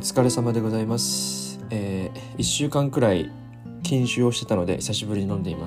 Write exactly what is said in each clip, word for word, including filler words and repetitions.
疲れ様でございます、えー、いっしゅうかんくらい禁酒をしてたので久しぶりに飲んでいます。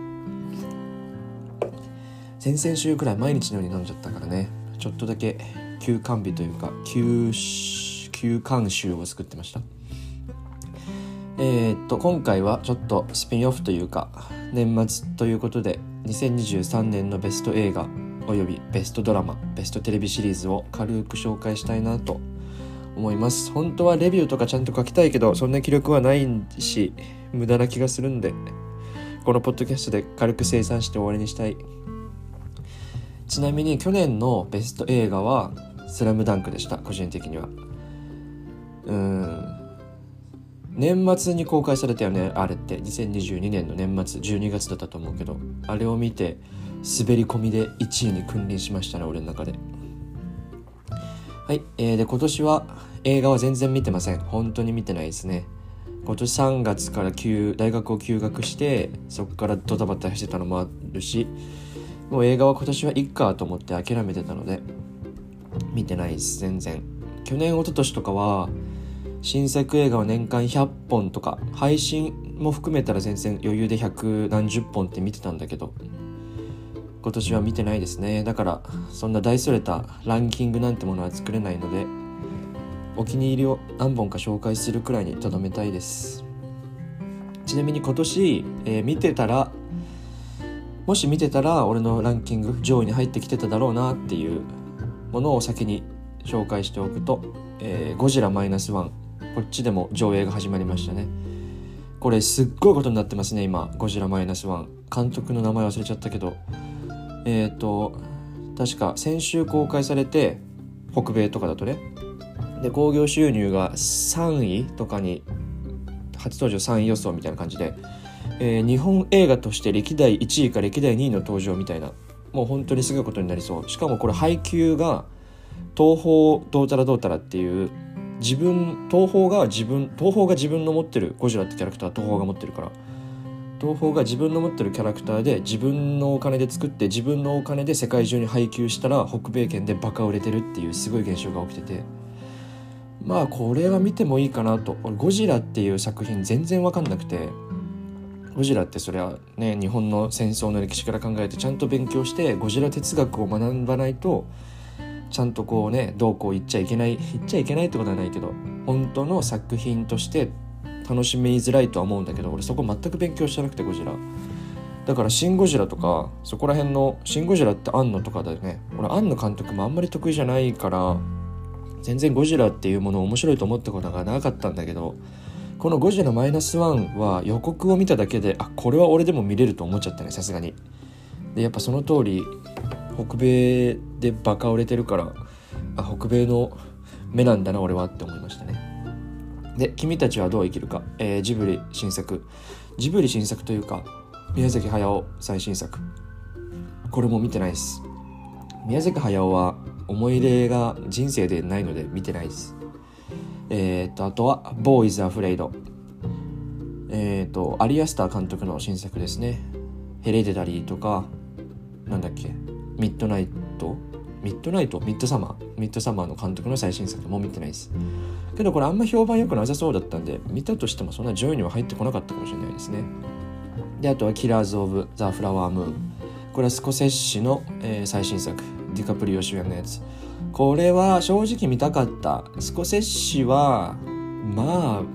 先々週くらい毎日のように飲んじゃったからね、ちょっとだけ休肝日というか休休肝酒を作ってました。えー、っと今回はちょっとスピンオフというか年末ということでにせんにじゅうさんねんのベスト映画およびベストドラマ、ベストテレビシリーズを軽く紹介したいなと思います。本当はレビューとかちゃんと書きたいけどそんな気力はないし無駄な気がするんで、このポッドキャストで軽く清算して終わりにしたい。ちなみに去年のベスト映画はスラムダンクでした。個人的にはうーん年末に公開されたよね、あれってにせんにじゅうにねんの年末じゅうにがつだったと思うけど、あれを見て滑り込みでいちいに君臨しましたね、俺の中で。はい、えー、で今年は映画は全然見てません。本当に見てないですね。今年さんがつから休大学を休学してそこからドタバタしてたのもあるし、もう映画は今年はいっかと思って諦めてたので見てないです。全然。去年一昨年とかは新作映画を年間ひゃっぽんとか配信も含めたら全然余裕で百何十本って見てたんだけど、今年は見てないですね。だからそんな大それたランキングなんてものは作れないので、お気に入りを何本か紹介するくらいにとどめたいです。ちなみに今年、えー、見てたらもし見てたら俺のランキング上位に入ってきてただろうなっていうものを先に紹介しておくと、えー、ゴジラマイナスワン、こっちでも上映が始まりましたね。これすっごいことになってますね今。ゴジラマイナスワン、監督の名前忘れちゃったけど、えっと確か先週公開されて北米とかだとね、で興行収入がさんいとかに初登場さんい予想みたいな感じで、えー、日本映画として歴代いちいか歴代にいの登場みたいな、もう本当にすごいことになりそう。しかもこれ配給が東宝どうたらどうたらっていう自分東宝が自分東宝が自分の持ってるゴジラってキャラクター東宝が持ってるから、東宝が自分の持ってるキャラクターで自分のお金で作って自分のお金で世界中に配給したら北米圏でバカ売れてるっていうすごい現象が起きてて、まあこれは見てもいいかなと。ゴジラっていう作品全然分かんなくて、ゴジラってそれはね日本の戦争の歴史から考えてちゃんと勉強してゴジラ哲学を学ばないとちゃんとこうねどうこう言っちゃいけない言っちゃいけないってことはないけど本当の作品として楽しみづらいとは思うんだけど、俺そこ全く勉強してなくてゴジラだから、シンゴジラとかそこら辺のシンゴジラって庵野とかだよね。俺庵野監督もあんまり得意じゃないから全然ゴジラっていうものを面白いと思ったことがなかったんだけど、このゴジラマイナスワンは予告を見ただけであこれは俺でも見れると思っちゃったね、さすがに。でやっぱその通り北米でバカ売れてるから、あ北米の目なんだな俺はって思いましたね。で君たちはどう生きるか、えー、ジブリ新作ジブリ新作というか宮崎駿最新作、これも見てないです。宮崎駿は思い入れが人生でないので見てないです。えー、とあとはボーイズアフレイド、えー、とアリアスター監督の新作ですね。ヘレデタリーとかなんだっけミッドナイトミッドナイトミッドサマーミッドサマーの監督の最新作も見てないです。けどこれあんま評判良くなさそうだったんで見たとしてもそんな上位には入ってこなかったかもしれないですね。であとはキラーズ・オブ・ザ・フラワームーン、これはスコセッシの、えー、最新作、ディカプリオ主演のやつ。これは正直見たかった。スコセッシはまあ、うん、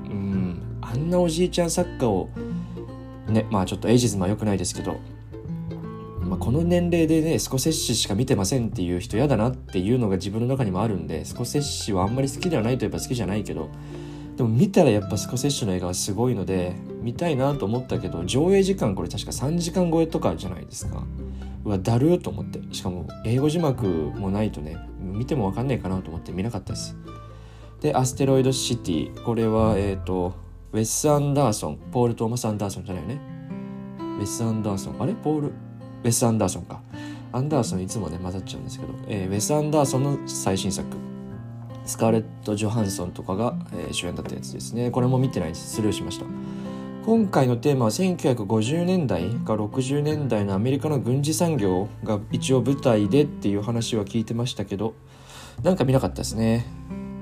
あんなおじいちゃん作家をね、まあちょっとエイジズムは良くないですけど、まあ、この年齢でねスコセッシしか見てませんっていう人嫌だなっていうのが自分の中にもあるんで、スコセッシはあんまり好きではないといえば好きじゃないけど、でも見たらやっぱスコセッシの映画はすごいので見たいなと思ったけど、上映時間これ確かさんじかん超えとかじゃないですか。うわだるーと思って、しかも英語字幕もないとね見ても分かんないかなと思って見なかったです。でアステロイドシティ、これはえっとウェス・アンダーソンポール・トーマス・アンダーソンじゃないよねウェス・アンダーソンあれポールウェス・アンダーソンかアンダーソンいつもね混ざっちゃうんですけど、えー、ウェス・アンダーソンの最新作、スカーレット・ジョハンソンとかが、えー、主演だったやつですね。これも見てないです。スルーしました。今回のテーマはせんきゅうひゃくごじゅうねんだいかろくじゅうねんだいのアメリカの軍事産業が一応舞台でっていう話は聞いてましたけど、なんか見なかったですね。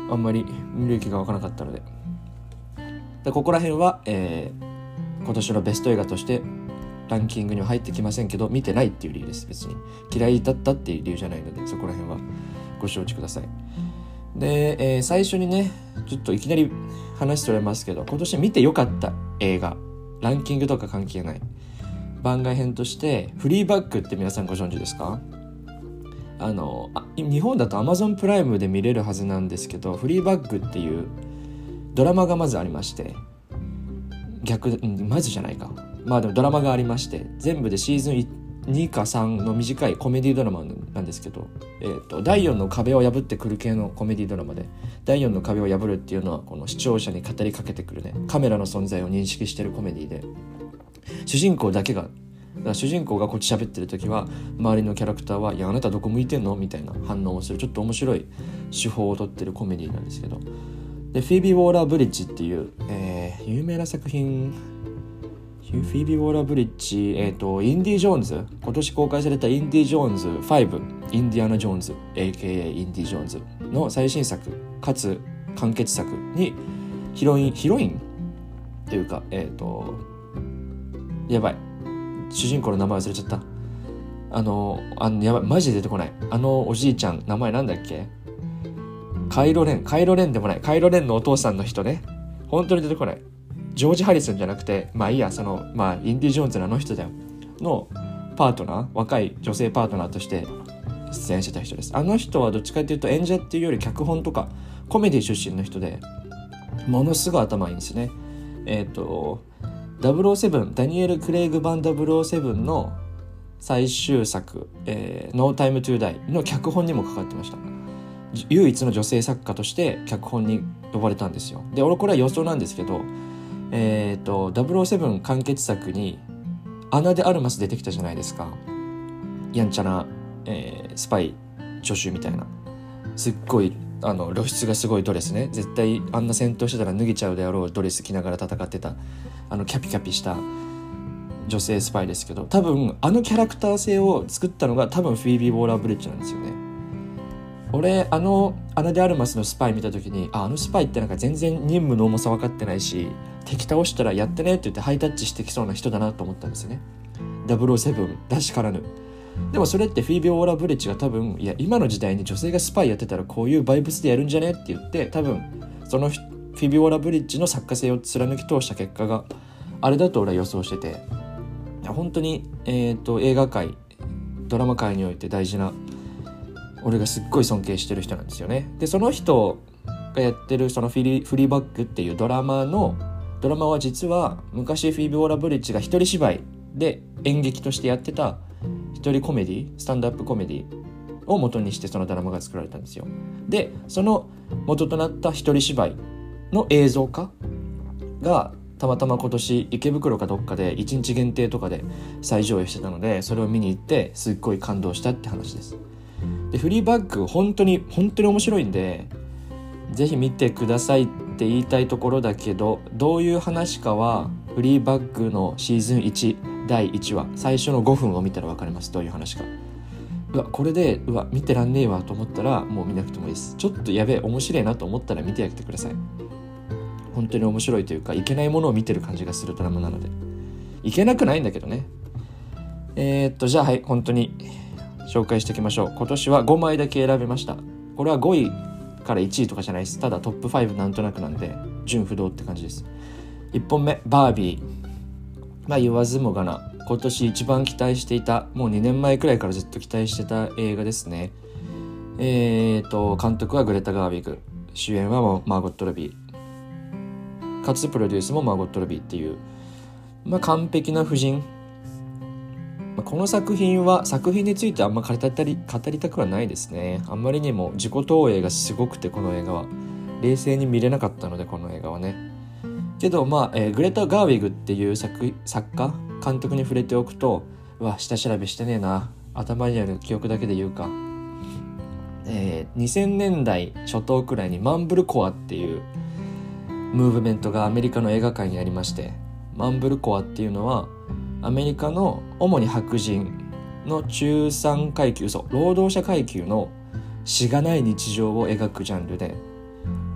あんまり見る気が湧かなかったので、でここら辺は、えー、今年のベスト映画としてランキングには入ってきませんけど、見てないっていう理由です。別に嫌いだったっていう理由じゃないので、そこら辺はご承知ください。で、えー、最初にねちょっといきなり話それますけど、今年見てよかった映画、ランキングとか関係ない番外編としてフリーバッグって皆さんご存知ですか？あのあ日本だと Amazon プライムで見れるはずなんですけど、フリーバッグっていうドラマがまずありまして、逆まずじゃないかまあでもドラマがありまして、全部でシーズンにかさんの短いコメディドラマなんですけど、えーと、だいよんの壁を破ってくる系のコメディドラマで、だいよんの壁を破るっていうのはこの視聴者に語りかけてくるね、カメラの存在を認識してるコメディで、主人公だけがだから主人公がこっち喋ってる時は周りのキャラクターは、いやあなたどこ向いてんのみたいな反応をする、ちょっと面白い手法をとってるコメディなんですけど、でフィービー・ウォーラー・ブリッジっていう、えー、有名な作品、フィービー・ウォーラー・ブリッジ、えーと、インディ・ジョーンズ、今年公開されたインディ・ジョーンズファイブ、インディアナ・ジョーンズ エーケーエー インディ・ジョーンズの最新作かつ完結作にヒロインヒロインというか、えっ、ー、とやばい主人公の名前忘れちゃった、あのあのやばいマジで出てこない、あのおじいちゃん名前なんだっけ、カイロレンカイロレンでもない、カイロレンのお父さんの人ね、本当に出てこない、ジョージ・ハリソンじゃなくて、まあいいや、そのまあインディ・ジョーンズのあの人だよのパートナー、若い女性パートナーとして出演してた人です。あの人はどっちかというと演者っていうより脚本とかコメディ出身の人で、ものすごい頭いいんですね。えっ、ー、とダブルオーセブン、ダニエル・クレイグ版ダブルオーセブンの最終作、えー、No Time to Die の脚本にもかかってました。唯一の女性作家として脚本に呼ばれたんですよ。で俺これは予想なんですけど、えーと、ダブルオーセブン完結作にアナ・デ・アルマス出てきたじゃないですか。やんちゃな、えー、スパイ助手みたいな、すっごいあの露出がすごいドレスね、絶対あんな戦闘してたら脱げちゃうであろうドレス着ながら戦ってた、あのキャピキャピした女性スパイですけど、多分あのキャラクター性を作ったのが多分フィービー・ウォーラー・ブリッジなんですよね。俺あのアナ・デ・アルマスのスパイ見た時に、あ、あのスパイってなんか全然任務の重さ分かってないし、敵倒したらやってねって言ってハイタッチしてきそうな人だなと思ったんですよね。ダブルオーセブンらしからぬ。でもそれってフィービー・ウォーラー・ブリッジが多分、いや今の時代に女性がスパイやってたらこういうバイブスでやるんじゃねって言って、多分そのフィービー・ウォーラー・ブリッジの作家性を貫き通した結果があれだと俺は予想してて、本当に、えーと、映画界ドラマ界において大事な、俺がすっごい尊敬してる人なんですよね。でその人がやってるそのフリー、フリーバックっていうドラマのドラマは実は昔フィービー・ウォーラー・ブリッジが一人芝居で演劇としてやってた一人コメディ、スタンドアップコメディを元にしてそのドラマが作られたんですよ。でその元となった一人芝居の映像化がたまたま今年池袋かどっかでいちにち限定とかで再上映してたので、それを見に行ってすっごい感動したって話です。でフリーバック本当に本当に面白いんで、ぜひ見てくださいって言いたいところだけど、どういう話かはフリーバックのシーズンいちだいいちわ最初のごふんを見たら分かります、どういう話か。うわこれでうわ見てらんねえわと思ったらもう見なくてもいいです。ちょっとやべえ面白いなと思ったら見てあげてください。本当に面白いというか、いけないものを見てる感じがするドラマなので、いけなくないんだけどね。えー、っとじゃあはい本当に紹介していきましょう。今年はごまいだけ選べました。これはごいからいちいとかじゃないです。ただトップごなんとなくなんで順不動って感じです。いっぽんめバービー、まあ言わずもがな今年一番期待していた、もうにねんまえくらいからずっと期待してた映画ですね。えーと監督はグレタ・ガービグ、主演はマーゴット・ロビー、かつプロデュースもマーゴット・ロビーっていう、まあ、完璧な夫人。この作品は作品についてあんま語り、語りたくはないですね。あんまりにも自己投影がすごくて、この映画は冷静に見れなかったので、この映画はね。けどまあ、えー、グレタ・ガーウィグっていう 作, 作家監督に触れておくと、うわ下調べしてねえな、頭にある記憶だけで言うか、えー、にせんねんだい初頭くらいにマンブルコアっていうムーブメントがアメリカの映画界にありまして、マンブルコアっていうのはアメリカの主に白人の中産階級、そう労働者階級のしがない日常を描くジャンルで、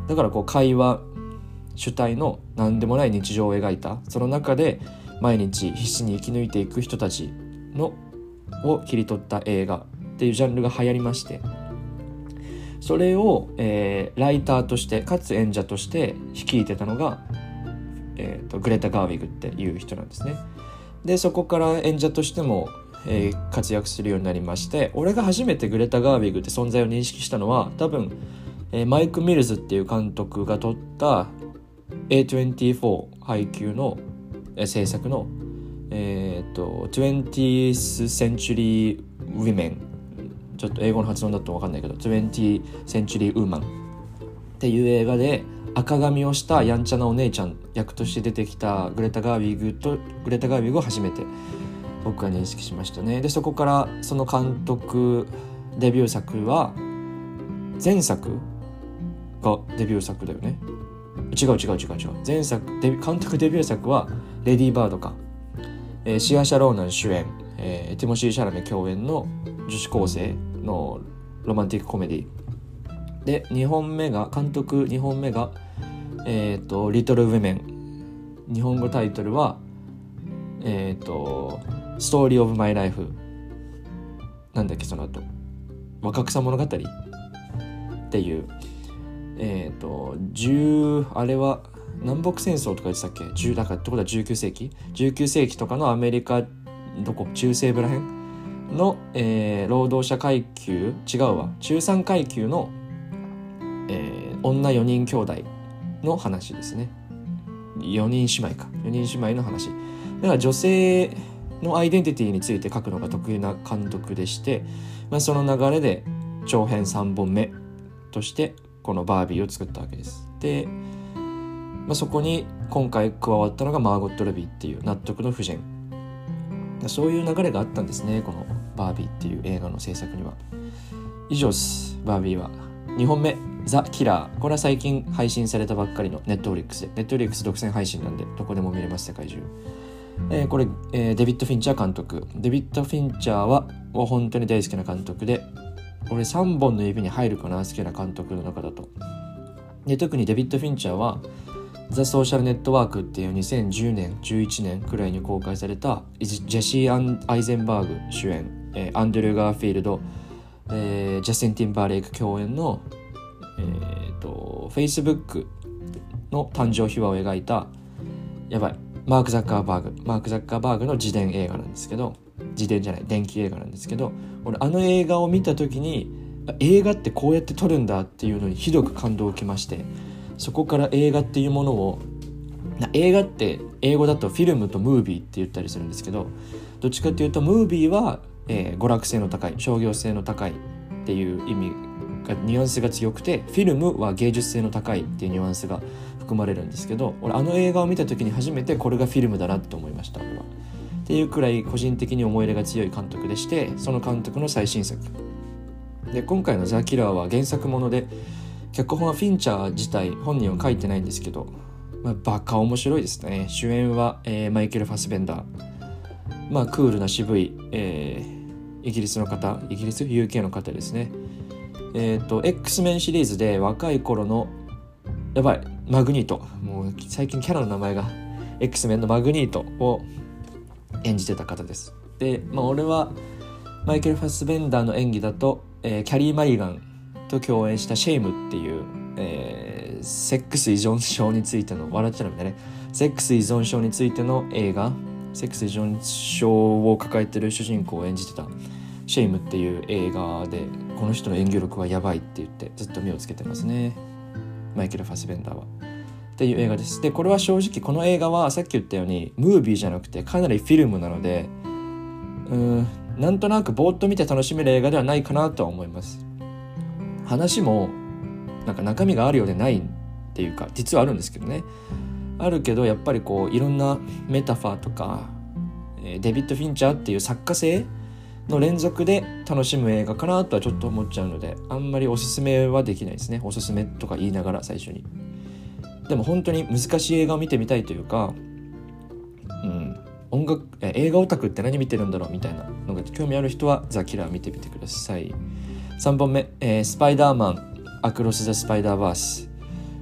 だからこう会話主体の何でもない日常を描いた、その中で毎日必死に生き抜いていく人たちのを切り取った映画っていうジャンルが流行りまして、それを、えー、ライターとしてかつ演者として率いてたのが、えーと、グレタ・ガーウィグっていう人なんですね。でそこから演者としても、えー、活躍するようになりまして、俺が初めてグレタ・ガーウィグって存在を認識したのは多分、えー、マイク・ミルズっていう監督が撮った エーにじゅうよん 配給の、えー、制作の、えー、と twentieth Century Women、 ちょっと英語の発音だと分かんないけど twentieth Century Woman っていう映画で赤髪をしたやんちゃなお姉ちゃん役として出てきたグレタ・ガーウィグとグレタ・ガーウィグを初めて僕は認識しましたね。でそこからその監督デビュー作は前作がデビュー作だよね。違う違う違う違う前作デビ監督デビュー作はレディーバードか、えー、シア・シャローナン主演、えー、ティモシー・シャラメ共演の女子高生のロマンティックコメディで、にほんめが監督にほんめがえっ、ー、とリトル・ウェメン、日本語タイトルはえっ、ー、とストーリー・オブ・マイ・ライフ、なんだっけその後若草物語っていう、えっ、ー、と10あれは南北戦争とか言ってたっけ、じゅうだからってことはじゅうきゅうせいきじゅうきゅうせいきとかのアメリカどこ中西部らへんの、えー、労働者階級違うわ中産階級の、えー、女よにん兄弟の話ですね。よにん姉妹かよにん姉妹の話だから、女性のアイデンティティについて書くのが得意な監督でして、まあ、その流れで長編さんぼんめとしてこのバービーを作ったわけです。で、まあ、そこに今回加わったのがマーゴット・ロビーっていう納得の婦人、そういう流れがあったんですね、このバービーっていう映画の制作には。以上です。バービーはにほんめザ・キラー、これは最近配信されたばっかりのネットフリックスで、ネットフリックス独占配信なんでどこでも見れます、世界中。えー、これ、えー、デビッド・フィンチャー監督。デビッド・フィンチャーはもう本当に大好きな監督で、俺さんぼんの指に入るかな、好きな監督の中だと。で特にデビッド・フィンチャーはザ・ソーシャルネットワークっていうにせんじゅうねんじゅういちねんくらいに公開されたジェシー・アイゼンバーグ主演、えー、アンドリュー・ガーフィールド、えー、ジャスティン・ティンバーレイク共演の、えー、と Facebook の誕生秘話を描いたやばいマーク・ザッカーバーグマーク・ザッカーバーグの自伝映画なんですけど、自伝じゃない電気映画なんですけど、俺あの映画を見た時に映画ってこうやって撮るんだっていうのにひどく感動を受けまして、そこから映画っていうものを、映画って英語だとフィルムとムービーって言ったりするんですけど、どっちかっていうとムービーは、えー、娯楽性の高い商業性の高いっていう意味がニュアンスが強くて、フィルムは芸術性の高いっていうニュアンスが含まれるんですけど、俺あの映画を見た時に初めてこれがフィルムだなって思いました。俺はっていうくらい個人的に思い入れが強い監督でして、その監督の最新作で、今回のザ・キラーは原作もので、脚本はフィンチャー自体本人は書いてないんですけど、まあ、バカ面白いですね。主演は、えー、マイケル・ファスベンダー、まあクールな渋い、えー、イギリスの方イギリス ユーケー の方ですね。えっと X メンシリーズで若い頃のやばいマグニート、もう最近キャラの名前が X メンのマグニートを演じてた方です。で、まあ俺はマイケル・ファスベンダーの演技だと、えー、キャリー・マリガンと共演したシェイムっていう、えー、セックス依存症についての笑っちゃダメだねセックス依存症についての映画、セックス依存症を抱えてる主人公を演じてたシェイムっていう映画で、この人の演技力はやばいって言ってずっと目をつけてますね、マイケル・ファスベンダーはっていう映画です。でこれは正直この映画はさっき言ったようにムービーじゃなくてかなりフィルムなので、うーんなんとなくぼーっと見て楽しめる映画ではないかなとは思います。話もなんか中身があるようでないっていうか、実はあるんですけどね、あるけどやっぱりこういろんなメタファーとか、えー、デビッド・フィンチャーっていう作家性の連続で楽しむ映画かなとはちょっと思っちゃうので、あんまりおすすめはできないですね。おすすめとか言いながら最初に。でも本当に難しい映画を見てみたいというか、うん、音楽え映画オタクって何見てるんだろうみたいなのが興味ある人はザ・キラー見てみてください。さんぼんめ、えー、スパイダーマンアクロス・ザ・スパイダーバース。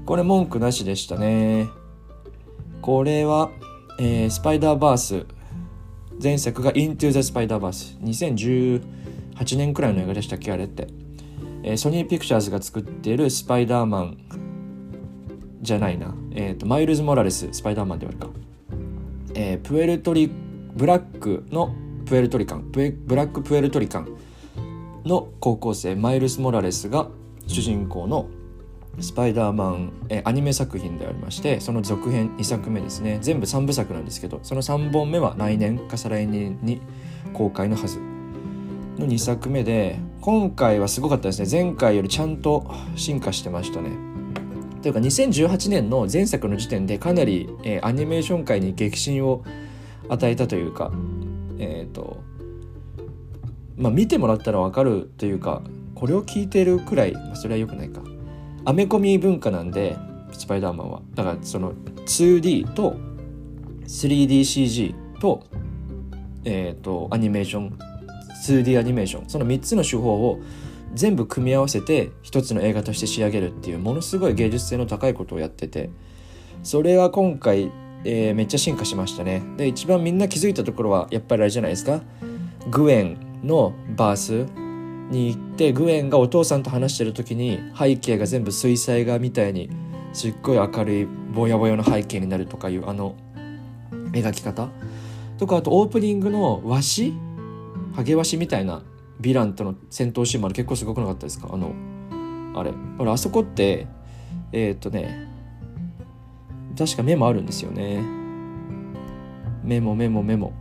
これ文句なしでしたね。これは、えー、スパイダーバース、前作が Into the Spider-Verse、 にせんじゅうはちねんくらいの映画でしたっけあれって、えー、ソニーピクチャーズが作っているスパイダーマンじゃないな、えーと、マイルズ・モラレススパイダーマンであるか、えー、プエルトリブラックのプエルトリカンブラックプエルトリカンの高校生マイルス・モラレスが主人公のスパイダーマン、えー、アニメ作品でありまして、その続編にさくめですね。全部さんぶさくなんですけど、そのさんぼんめは来年か再来年に公開のはずのにさくめで、今回はすごかったですね。前回よりちゃんと進化してましたね。というかにせんじゅうはちねんの前作の時点でかなり、えー、アニメーション界に激震を与えたというか、えっとまあ見てもらったら分かるというか、これを聞いてるくらい、まあ、それは良くないか、アメコミ文化なんでスパイダーマンは、だからその ツーディー と スリーディーシージー とえっとアニメーション ツーディー アニメーション、そのみっつの手法を全部組み合わせて一つの映画として仕上げるっていう、ものすごい芸術性の高いことをやってて、それは今回、えー、めっちゃ進化しましたね。で一番みんな気づいたところはやっぱりあれじゃないですか、グエンのバースに行って、グエンがお父さんと話してる時に背景が全部水彩画みたいにすっごい明るいぼやぼやの背景になるとかいうあの描き方とか、あとオープニングのワシハゲワシみたいなヴィランとの戦闘シーンまで結構すごくなかったですか。あのあれ俺あそこってえー、っとね確かメモあるんですよね。メモメモメモ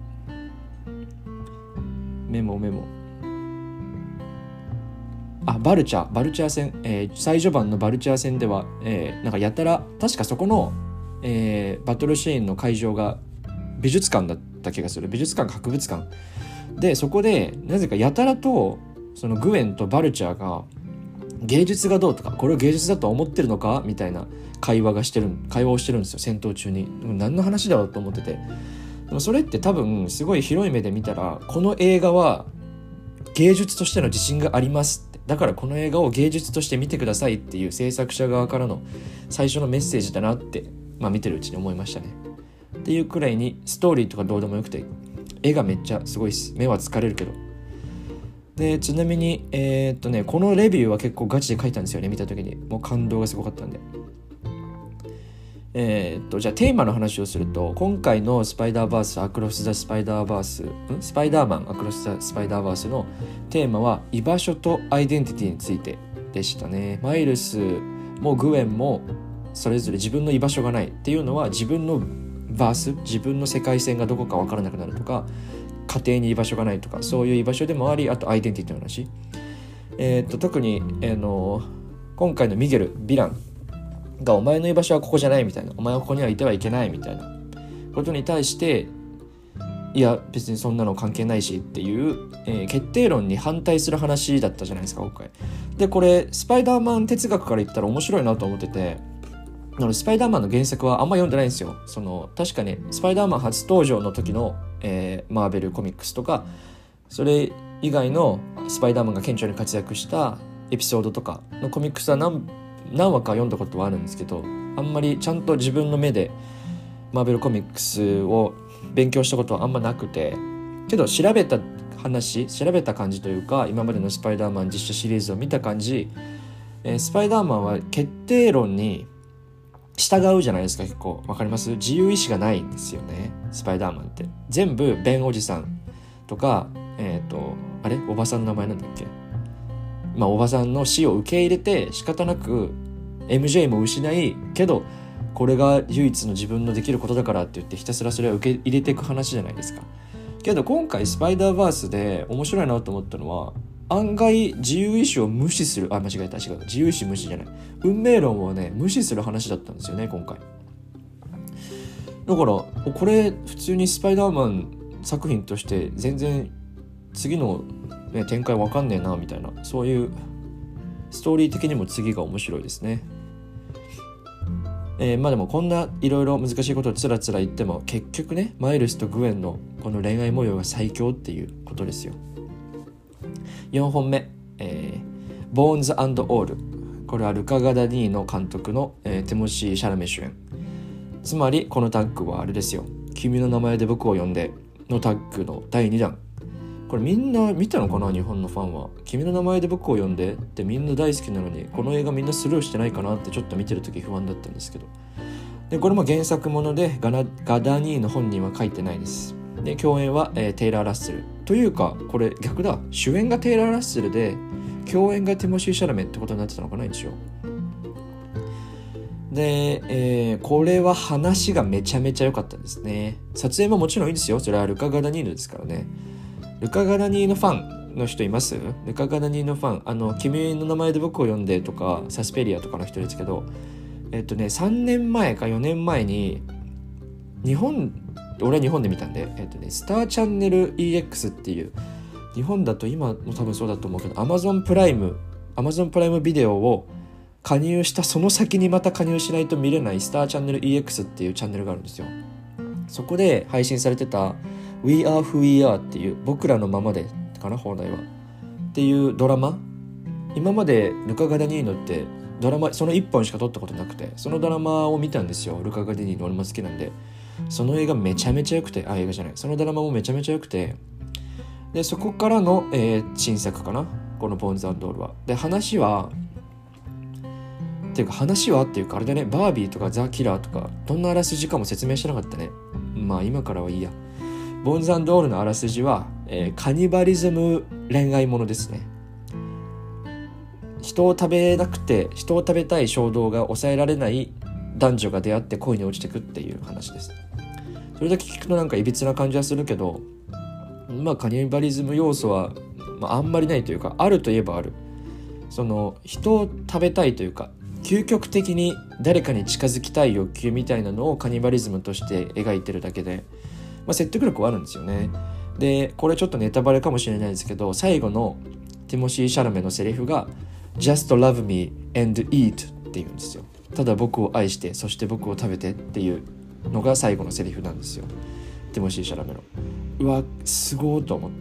メモメモあバルチャーバルチャー戦、えー、最序盤のバルチャー戦では、えー、なんかやたら確かそこの、えー、バトルシーンの会場が美術館だった気がする。美術館か博物館で、そこでなぜかやたらとそのグエンとバルチャーが芸術がどうとか、これを芸術だと思ってるのかみたいな会話がしてる会話をしてるんですよ、戦闘中に。でも何の話だろうと思ってて、でもそれって多分すごい広い目で見たら、この映画は芸術としての自信がありますって、だからこの映画を芸術として見てくださいっていう制作者側からの最初のメッセージだなって、まあ、見てるうちに思いましたね。っていうくらいにストーリーとかどうでもよくて、絵がめっちゃすごいです。目は疲れるけど。でちなみにえー、っとねこのレビューは結構ガチで書いたんですよね。見た時にもう感動がすごかったんで。えー、っとじゃあテーマの話をすると、今回のスパイダーバースアクロス・ザ・スパイダーバースんスパイダーマンアクロス・ザ・スパイダーバースのテーマは居場所とアイデンティティについてでしたね。マイルスもグエンもそれぞれ自分の居場所がないっていうのは、自分のバース自分の世界線がどこか分からなくなるとか、家庭に居場所がないとか、そういう居場所でもあり、あとアイデンティティの話、えー、っと特に、えー、の今回のミゲルヴィランがお前の居場所はここじゃないみたいな、お前はここにはいてはいけないみたいなことに対して、いや別にそんなの関係ないしっていう、えー、決定論に反対する話だったじゃないですか今回で。これスパイダーマン哲学から言ったら面白いなと思ってて、スパイダーマンの原作はあんま読んでないんですよ。その確かにスパイダーマン初登場の時の、えー、マーベルコミックスとか、それ以外のスパイダーマンが顕著に活躍したエピソードとかのコミックスは 何, 何話か読んだことはあるんですけど、あんまりちゃんと自分の目でマーベルコミックスを勉強したことはあんまなくて、けど調べた話調べた感じというか、今までのスパイダーマン実写シリーズを見た感じ、えー、スパイダーマンは決定論に従うじゃないですか。結構わかります？自由意志がないんですよねスパイダーマンって。全部ベンおじさんとか、えっとあれおばさんの名前なんだっけ、まあおばさんの死を受け入れて仕方なく エムジェー も失い、けどこれが唯一の自分のできることだからって言ってひたすらそれを受け入れていく話じゃないですか。けど今回スパイダーバースで面白いなと思ったのは、案外自由意志を無視する、あ間違えた違う自由意志無視じゃない運命論をね無視する話だったんですよね今回。だからこれ普通にスパイダーマン作品として全然次の、ね、展開わかんねえなみたいな、そういうストーリー的にも次が面白いですね。えー、まあでもこんないろいろ難しいことをつらつら言っても、結局ねマイルスとグエンのこの恋愛模様が最強っていうことですよ。よんほんめ、えー、ボーンズ&オール、 これはルカ・ガダニーノ監督の、えー、ティモシー・シャラメ主演。つまりこのタッグはあれですよ、君の名前で僕を呼んでのタッグのだいにだん。これみんな見たのかな、日本のファンは。君の名前で僕を呼んでってみんな大好きなのに、この映画みんなスルーしてないかなってちょっと見てるとき不安だったんですけど、でこれも原作ものでガナガダニーノ本人は書いてないです。で共演は、えー、テイラー・ラッセルというか、これ逆だ、主演がテイラー・ラッセルで共演がティモシー・シャラメってことになってたのかな一応。で、えー、これは話がめちゃめちゃ良かったですね。撮影ももちろんいいですよ、それはルカ・ガダニーノですからね。ルカ・ガダニーノファンの人います？ルカ・ガダニーノファン、あの君の名前で僕を呼んでとかサスペリアとかの人ですけど、えっとねさんねんまえかよねんまえに日本、俺は日本で見たんで、えっとねスターチャンネル イーエックス っていう、日本だと今も多分そうだと思うけど Amazon プライム Amazon プライムビデオを加入したその先にまた加入しないと見れないスターチャンネル イーエックス っていうチャンネルがあるんですよ。そこで配信されてた We Are Who We Are っていう、僕らのままでかな放題はっていうドラマ、今までルカ・ガダニーノってドラマそのいっぽんしか撮ったことなくて、そのドラマを見たんですよ。ルカ・ガダニーノ俺も好きなんで、その映画めちゃめちゃ良くて、あ映画じゃないそのドラマもめちゃめちゃ良くて、でそこからの、えー、新作かな、このボーンズ&オールは。で話はっていうか話はっていうかあれだね、バービーとかザ・キラーとかどんなあらすじかも説明してなかったね。まあ今からはいいや。ボーンズ&オールのあらすじは、えー、カニバリズム恋愛ものですね。人を食べなくて人を食べたい衝動が抑えられない男女が出会って恋に落ちてくっていう話です。それだけ聞くとなんかいびつな感じはするけど、まあカニバリズム要素は、まあ、あんまりないというか、あるといえばある。その人を食べたいというか究極的に誰かに近づきたい欲求みたいなのをカニバリズムとして描いてるだけで、まあ、説得力はあるんですよね。でこれちょっとネタバレかもしれないですけど、最後のティモシー・シャラメのセリフが Just love me and eat っていうんですよ。ただ僕を愛してそして僕を食べてっていうのが最後のセリフなんですよ、ティモシー・シャラメの。うわすごーと思って、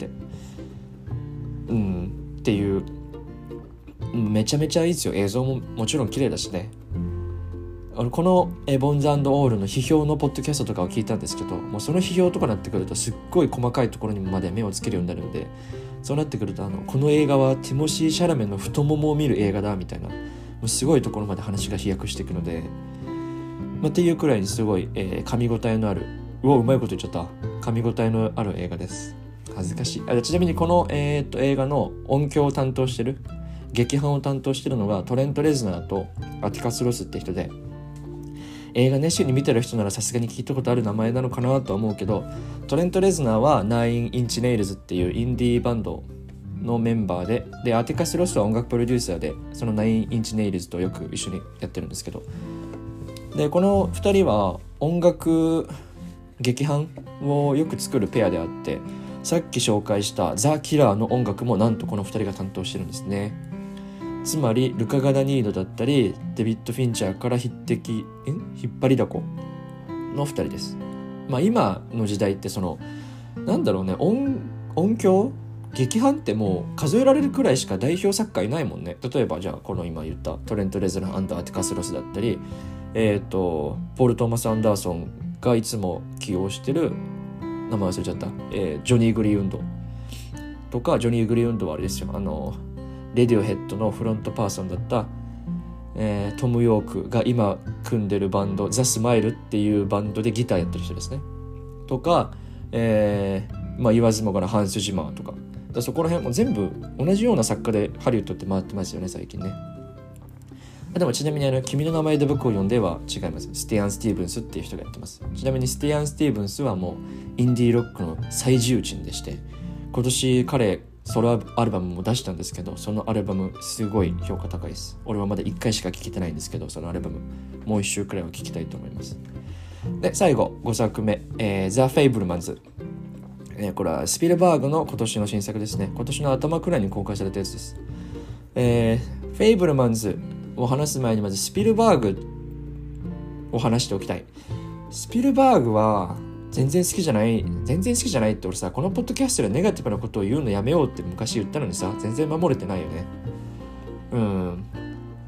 うんっていう、めちゃめちゃいいですよ。映像ももちろん綺麗だしね。このボンズ&オールの批評のポッドキャストとかを聞いたんですけど、もうその批評とかになってくるとすっごい細かいところにまで目をつけるようになるので、そうなってくるとあのこの映画はティモシー・シャラメの太ももを見る映画だみたいな、もうすごいところまで話が飛躍していくので、まあ、っていうくらいにすごい、えー、噛み応えのある、うわうまいこと言っちゃった、噛み応えのある映画です。恥ずかしい。あちなみにこの、えー、っと映画の音響を担当してる、劇伴を担当してるのがトレント・レズナーとアティカス・ロスって人で、映画熱心に見てる人ならさすがに聞いたことある名前なのかなとは思うけど、トレント・レズナーはナインインチネイルズっていうインディーバンドのメンバーで、でアティカス・ロスは音楽プロデューサーで、そのナインインチネイルズとよく一緒にやってるんですけど、でこのふたりは音楽劇伴をよく作るペアであって、さっき紹介したザ・キラーの音楽もなんとこのふたりが担当してるんですね。つまりルカ・ガダニーノだったりデビッド・フィンチャーから匹敵え引っ張りだこのふたりです。まあ今の時代ってそのなんだろうね、 音, 音響劇伴ってもう数えられるくらいしか代表作家いないもんね。例えばじゃあこの今言ったトレント・レズナー&アティカス・ロスだったり、えっとポール・トーマス・アンダーソンがいつも起用してる名前忘れちゃった、えー、ジョニー・グリーウンドとか、ジョニー・グリーウンドはあれですよ、あのレディオヘッドのフロントパーソンだった、えー、トム・ヨークが今組んでるバンドザ・スマイルっていうバンドでギターやってる人ですね。とか、えー、まあ言わずもがなハンス・ジマーとか、だそこら辺も全部同じような作家でハリウッドって回ってますよね最近ね。でもちなみにあの君の名前で僕を呼んでは違います。スティアン・スティーブンスっていう人がやってます。ちなみにスティアン・スティーブンスはもうインディーロックの最重鎮でして、今年彼ソロアルバムも出したんですけど、そのアルバムすごい評価高いです。俺はまだいっかいしか聴けてないんですけど、そのアルバムもういっ週くらいは聴きたいと思います。で最後ごさくめ、えー、ザ・フェイブルマンズ、えー、これはスピルバーグの今年の新作ですね。今年の頭くらいに公開されたやつです。えー、フェイブルマンズを話す前にまずスピルバーグを話しておきたい。スピルバーグは全然好きじゃない全然好きじゃないって俺さ、このポッドキャストでネガティブなことを言うのやめようって昔言ったのにさ、全然守れてないよね。うん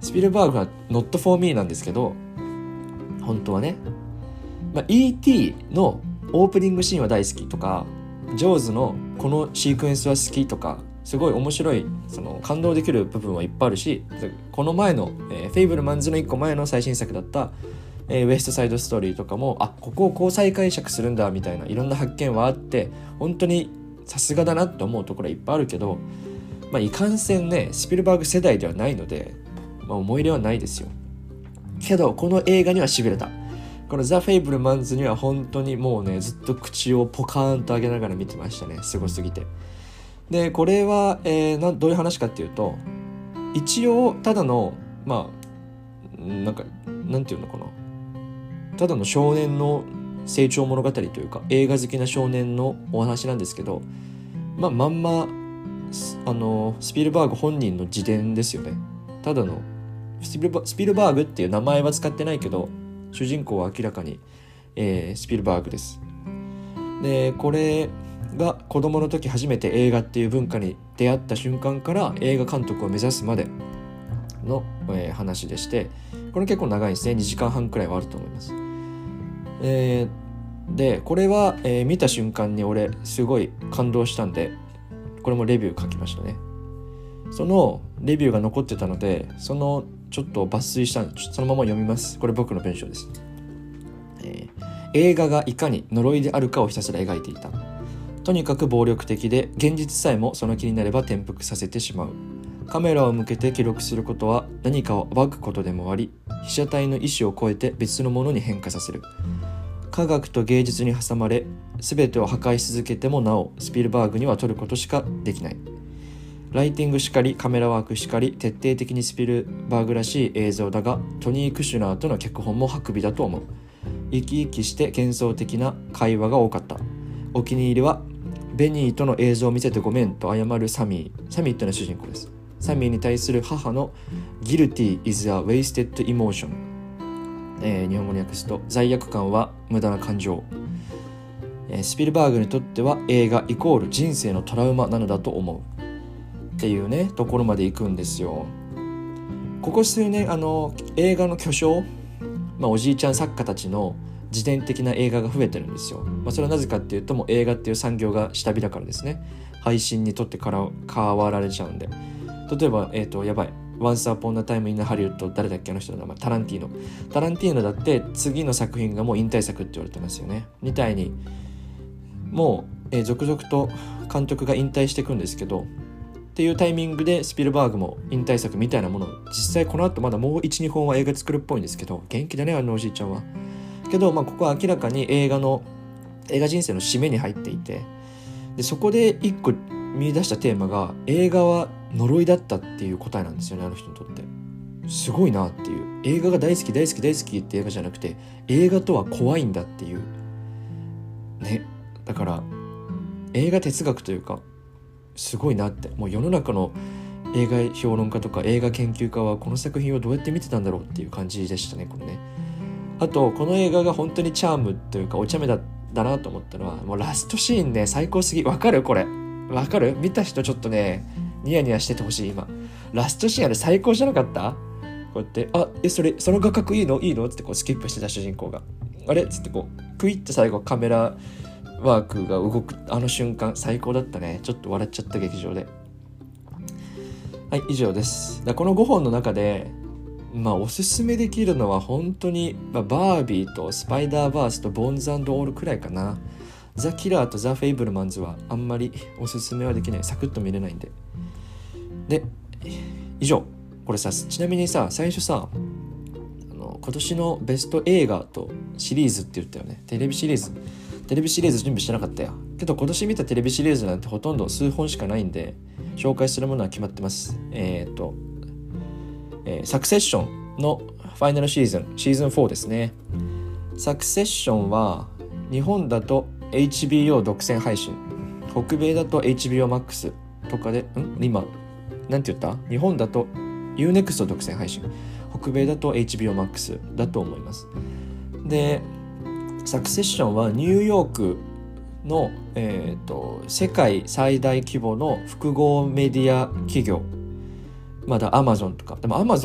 スピルバーグは not for me なんですけど、本当はね、まあ、イーティー のオープニングシーンは大好きとか、ジョーズのこのシークエンスは好きとか、すごい面白い、その感動できる部分はいっぱいあるし、この前の、えー、フェイブルマンズのいっこまえの最新作だった、えー、ウエストサイドストーリーとかも、あ、ここをこう再解釈するんだみたいないろんな発見はあって、本当にさすがだなって思うところはいっぱいあるけど、まあ、いかんせんねスピルバーグ世代ではないので、まあ、思い入れはないですよ。けどこの映画にはしびれた。このザ・フェイブルマンズには本当にもうね、ずっと口をポカーンと上げながら見てましたね。すごすぎて。でこれは、えー、などういう話かっていうと、一応ただのまあなんかなんていうのかな、ただの少年の成長物語というか、映画好きな少年のお話なんですけど、まあまんまあのスピルバーグ本人の自伝ですよね。ただのスピルバ、スピルバーグっていう名前は使ってないけど、主人公は明らかに、えー、スピルバーグです。でこれが子供の時初めて映画っていう文化に出会った瞬間から映画監督を目指すまでの、えー、話でして、これ結構長いんですね。にじかんはんくらいはあると思います。えー、でこれは、えー、見た瞬間に俺すごい感動したんで、これもレビュー書きましたね。そのレビューが残ってたので、そのちょっと抜粋したんでそのまま読みます。これ僕の文章です。えー、映画がいかに呪いであるかをひたすら描いていた。とにかく暴力的で、現実さえもその気になれば転覆させてしまう。カメラを向けて記録することは何かを暴くことでもあり、被写体の意思を超えて別のものに変化させる。科学と芸術に挟まれ、全てを破壊し続けてもなおスピルバーグには撮ることしかできない。ライティングしかり、カメラワークしかり、徹底的にスピルバーグらしい映像だが、トニー・クシュナーとの脚本も薄美だと思う。生き生きして幻想的な会話が多かった。お気に入りはベニーとの映像を見せてごめんと謝るサミー。サミーってのは主人公です。サミーに対する母の Guilty is a wasted emotion、えー、日本語に訳すと罪悪感は無駄な感情、えー、スピルバーグにとっては映画イコール人生のトラウマなのだと思うっていうねところまで行くんですよ。ここ数年あの映画の巨匠、まあ、おじいちゃん作家たちの自伝的な映画が増えてるんですよ。まあ、それはなぜかっていうと、もう映画っていう産業が下火だからですね。配信にとってから変わられちゃうんで。例えば、えっと、やばい。Once Upon a Time in Hollywood、誰だっけあの人の名前、タランティーノ。タランティーノだって次の作品がもう引退作って言われてますよね。みたいに、もう、えー、続々と監督が引退していくんですけど、っていうタイミングでスピルバーグも引退作みたいなものを、実際この後まだもういち、にほんは映画作るっぽいんですけど、元気だね、あのおじいちゃんは。けど、まあ、ここは明らかに映画の映画人生の締めに入っていて、でそこで一個見出したテーマが映画は呪いだったっていう答えなんですよね。あの人にとってすごいなっていう、映画が大好き大好き大好きって映画じゃなくて、映画とは怖いんだっていうね。だから映画哲学というかすごいなって、もう世の中の映画評論家とか映画研究家はこの作品をどうやって見てたんだろうっていう感じでしたね、これね。あとこの映画が本当にチャームというかお茶目だだなと思ったのは、もうラストシーンね、最高すぎ。わかるこれわかる見た人ちょっとねニヤニヤしててほしい。今ラストシーンあれ最高じゃなかった？こうやってあえそれその画角いいのいいのってこうスキップしてた主人公があれっつってこうクイッと最後カメラワークが動くあの瞬間最高だったね。ちょっと笑っちゃった劇場で。はい、以上です。だこのごほんの中でまあおすすめできるのは本当に、まあ、バービーとスパイダーバースとボーンズ&オールくらいかな。ザ・キラーとザ・フェイブルマンズはあんまりおすすめはできない。サクッと見れないんで。で以上。これさ、ちなみにさ、最初さあの今年のベスト映画とシリーズって言ったよね。テレビシリーズテレビシリーズ準備してなかったよ。けど今年見たテレビシリーズなんてほとんど数本しかないんで、紹介するものは決まってます。えっとえー、サクセッションのファイナルシーズンシーズンフォーですね。サクセッションは日本だと エイチビーオー 独占配信、北米だと エイチビーオーマックス とかでん今なんて言った？日本だと ユーネクスト 独占配信、北米だと エイチビーオーマックス だと思います。でサクセッションはニューヨークの、えーと、世界最大規模の複合メディア企業、まだアマゾンとか、でもアマゾン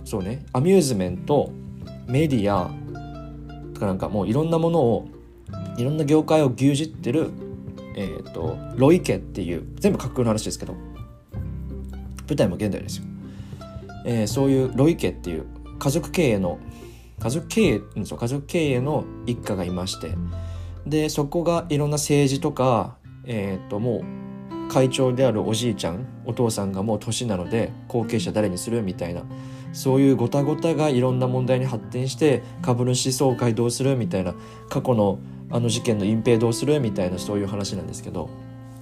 そうねアミューズメント、メディアとかなんかもういろんなものをいろんな業界を牛耳ってる、えー、とロイ家っていう全部架空の話ですけど舞台も現代ですよ、えー、そういうロイ家っていう家族経営の家族経営家族経営の一家がいまして、でそこがいろんな政治とか、えー、ともう会長であるおじいちゃんお父さんがもう年なので後継者誰にするみたいな、そういうごたごたがいろんな問題に発展して、株主総会どうするみたいな、過去のあの事件の隠蔽どうするみたいな、そういう話なんですけど、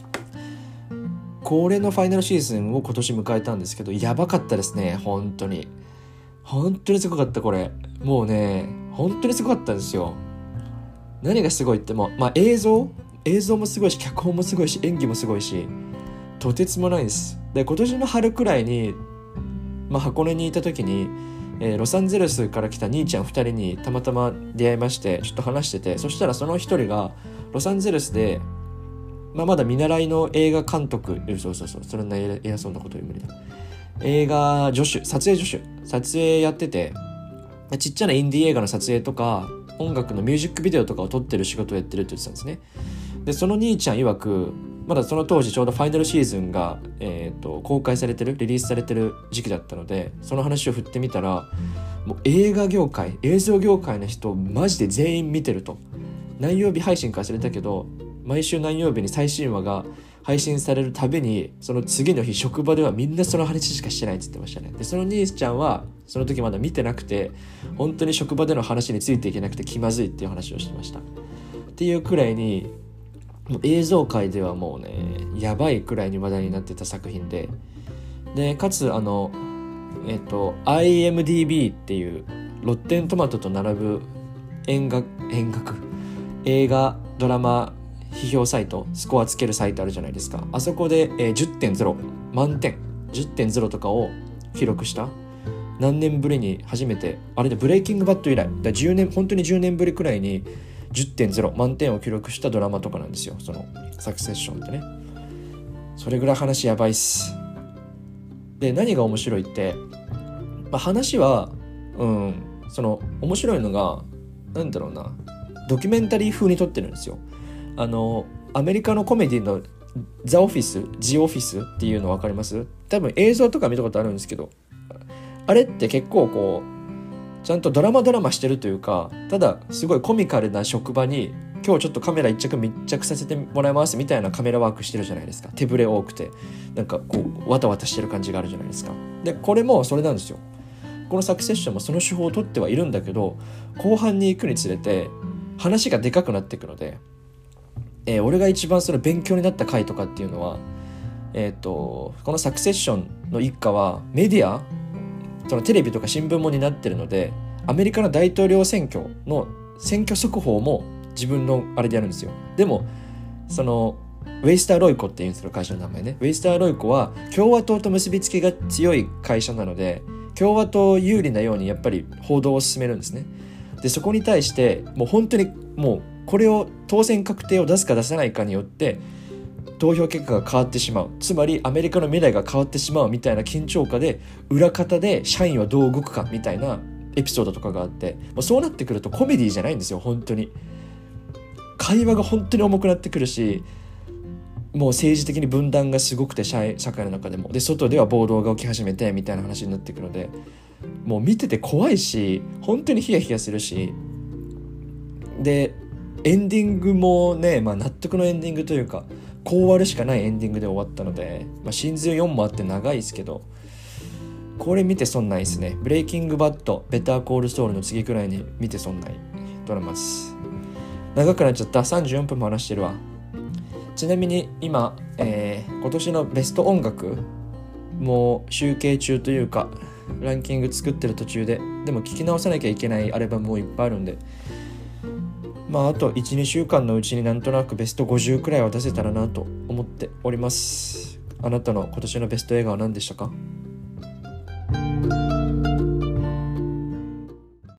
これのファイナルシーズンを今年迎えたんですけど、やばかったですね。本当に本当にすごかった。これもうね本当にすごかったんですよ。何がすごいっても、まあ、映像映像もすごいし、脚本もすごいし、演技もすごいし、とてつもないです。で今年の春くらいに、まあ、箱根にいた時に、えー、ロサンゼルスから来た兄ちゃんふたりにたまたま出会いまして、ちょっと話してて、そしたらそのひとりがロサンゼルスで、まあ、まだ見習いの映画監督、そうそうそう、そんな偉そうなこと言う無理だ、映画助手、撮影助手撮影やってて、ちっちゃなインディー映画の撮影とか音楽のミュージックビデオとかを撮ってる仕事をやってるって言ってたんですね。でその兄ちゃん曰く、まだその当時ちょうどファイナルシーズンが、えー、と公開されてるリリースされてる時期だったので、その話を振ってみたら、もう映画業界映像業界の人マジで全員見てると。何曜日配信か忘れたけど、毎週何曜日に最新話が配信されるたびに、その次の日職場ではみんなその話しかしてないって言ってましたね。でその兄ちゃんはその時まだ見てなくて、本当に職場での話についていけなくて気まずいっていう話をしてました。っていうくらいに、もう映像界ではもうねやばいくらいに話題になってた作品で、でかつあのえっと アイエムディービー っていうロッテントマトと並ぶ演楽演楽映画ドラマ批評サイト、スコアつけるサイトあるじゃないですか。あそこで、えー、じゅってんゼロ 満点 じゅってんゼロ とかを記録した、何年ぶりに初めて、あれでブレイキングバッド以来だじゅうねん、本当にじゅうねんぶりくらいに じゅってんゼロ 満点を記録したドラマとかなんですよ、そのサクセッションってね。それぐらい話やばいっす。で何が面白いって、まあ、話はうんその面白いのが、なんだろうな、ドキュメンタリー風に撮ってるんですよ。あのアメリカのコメディのザ・オフィス、ジ・オフィスっていうの分かります？多分映像とか見たことあるんですけど、あれって結構こうちゃんとドラマドラマしてるというか、ただすごいコミカルな職場に今日ちょっとカメラ一着密着させてもらいますみたいなカメラワークしてるじゃないですか。手ぶれ多くてなんかこうわたわたしてる感じがあるじゃないですか。でこれもそれなんですよ。このサクセッションもその手法を取ってはいるんだけど、後半に行くにつれて話がでかくなっていくので、えー、俺が一番その勉強になった回とかっていうのは、えー、とこのサクセッションの一家はメディア、そのテレビとか新聞も担ってるので、アメリカの大統領選挙の選挙速報も自分のあれでやるんですよ。でもそのウェイスター・ロイコっていうんですよ、会社の名前ね。ウェイスター・ロイコは共和党と結びつきが強い会社なので、共和党有利なようにやっぱり報道を進めるんですね。でそこに対してもう本当にもうこれを当選確定を出すか出さないかによって投票結果が変わってしまう、つまりアメリカの未来が変わってしまうみたいな緊張下で、裏方で社員はどう動くかみたいなエピソードとかがあって、もうそうなってくるとコメディじゃないんですよ。本当に会話が本当に重くなってくるし、もう政治的に分断がすごくて、社会の中でもで外では暴動が起き始めてみたいな話になってくるので、もう見てて怖いし本当にヒヤヒヤするし、でエンディングもね、まあ、納得のエンディングというか、こう終わるしかないエンディングで終わったので、まあ、シーズンよんもあって長いですけど、これ見て損ないですね。ブレイキングバッド、ベターコールソウルの次くらいに見て損ないドラマです。長くなっちゃった。さんじゅうよんぷんも話してるわ。ちなみに今、えー、今年のベスト音楽もう集計中というか、ランキング作ってる途中で、でも聞き直さなきゃいけないアルバムもいっぱいあるんで、まああと いちにしゅうかんのうちになんとなくベストごじゅうくらいは出せたらなと思っております。あなたの今年のベスト映画は何でしたか？